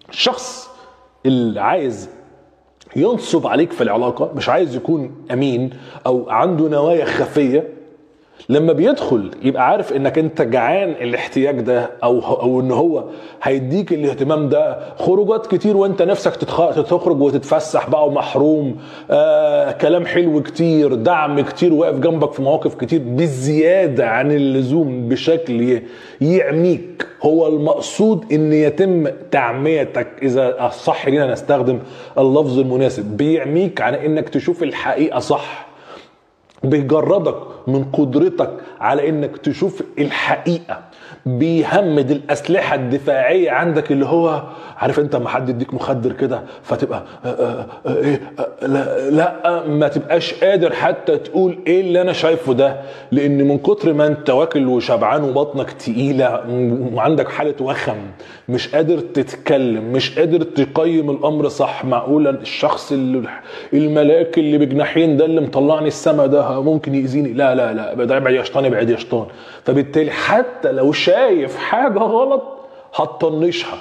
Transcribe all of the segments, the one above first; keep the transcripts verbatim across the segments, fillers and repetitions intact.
الشخص اللي عايز ينصب عليك في العلاقة، مش عايز يكون امين او عنده نوايا خفية، لما بيدخل يبقى عارف انك انت جعان الاحتياج ده، او او ان هو هيديك الاهتمام ده، خروجات كتير وانت نفسك تخرج وتتفسح بقى ومحروم، آه كلام حلو كتير، دعم كتير، واقف جنبك في مواقف كتير بزيادة عن اللزوم بشكل يعميك. هو المقصود ان يتم تعميتك، اذا صح لينا نستخدم اللفظ المناسب، بيعميك عن انك تشوف الحقيقة صح، بيجردك من قدرتك على انك تشوف الحقيقة، بيهمد الاسلحة الدفاعية عندك، اللي هو عارف انت ما حد يديك مخدر كده فتبقى آآ آآ آآ لا, لا ما تبقاش قادر حتى تقول ايه اللي انا شايفه ده، لان من كتر ما انت واكل وشبعان وبطنك تقيلة وعندك حالة وخم، مش قادر تتكلم، مش قادر تقيم الامر صح. معقولة الشخص اللي الملاك اللي بجناحين ده اللي مطلعني السما ده ممكن يأذيني؟ لا لا لا، ابعد يا شيطان، ابعد يا شيطان. فبالتالي حتى لو شايف حاجة غلط هتطنشها.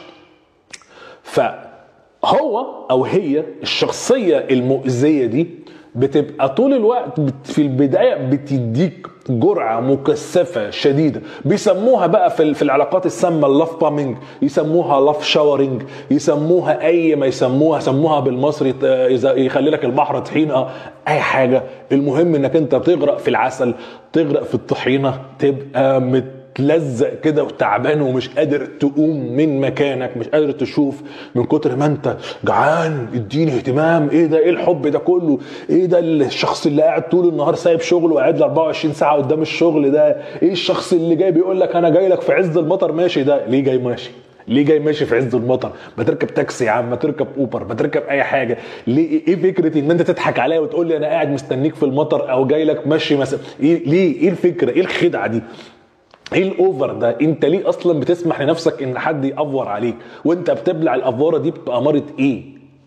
فهو او هي الشخصية المؤذية دي بتبقى طول الوقت في البداية بتديك جرعة مكثفة شديدة، بيسموها بقى في العلاقات السامة اللاف بامينج، يسموها لاف شاورينج، يسموها اي ما يسموها، سموها بالمصري اذا يخلي لك البحر طحينة، اي حاجة. المهم انك انت تغرق في العسل، تغرق في الطحينة، تبقى مت تلزق كده وتعبان ومش قادر تقوم من مكانك، مش قادر تشوف من كتر ما انت جعان. اديني اهتمام، ايه ده، ايه الحب ده كله، ايه ده الشخص اللي قاعد طول النهار سايب شغله وقاعد له أربعة وعشرين ساعة قدام الشغل ده، ايه الشخص اللي جاي بيقول لك انا جاي لك في عز المطر ماشي، ده ليه جاي ماشي؟ ليه جاي ماشي في عز المطر؟ ما تركب تاكسي يا عم، ما تركب اوبر، ما تركب اي حاجه. ليه؟ ايه فكره ان انت تضحك عليا وتقول لي انا قاعد مستنيك في المطر او جاي لك ماشي مثلا؟ إيه ليه؟ ايه الفكره؟ ايه الخدعه دي؟ ايه الاوفر ده؟ انت ليه اصلا بتسمح لنفسك ان حد يأفور عليك؟ وانت بتبلع الافوره دي بأمارة ايه؟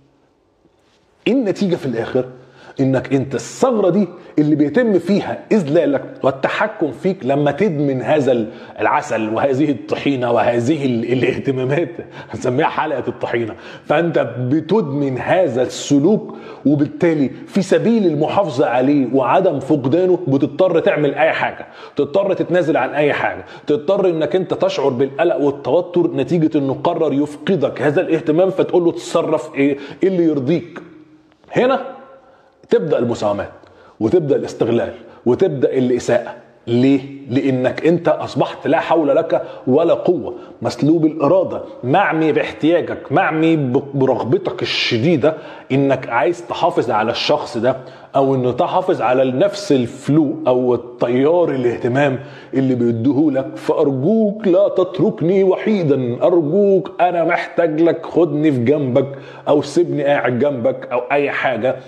ايه النتيجه في الاخر؟ انك انت الثغره دي اللي بيتم فيها اذلالك والتحكم فيك لما تدمن هذا العسل وهذه الطحينه وهذه الاهتمامات، هنسميها حلقه الطحينه. فانت بتدمن هذا السلوك، وبالتالي في سبيل المحافظه عليه وعدم فقدانه بتضطر تعمل اي حاجه، تضطر تتنازل عن اي حاجه، تضطر انك انت تشعر بالقلق والتوتر نتيجه انه قرر يفقدك هذا الاهتمام، فتقول له تصرف ايه ايه اللي يرضيك. هنا تبدأ المساومات وتبدأ الاستغلال وتبدأ الإساءة. ليه؟ لأنك أنت أصبحت لا حول لك ولا قوة، مسلوب الإرادة، معمي باحتياجك، معمي برغبتك الشديدة إنك عايز تحافظ على الشخص ده، أو إنه تحافظ على نفس الفلو أو التيار الاهتمام اللي بيديهولك. فأرجوك لا تتركني وحيدا، أرجوك أنا محتاج لك، خدني في جنبك أو سيبني قاعد جنبك أو أي حاجة.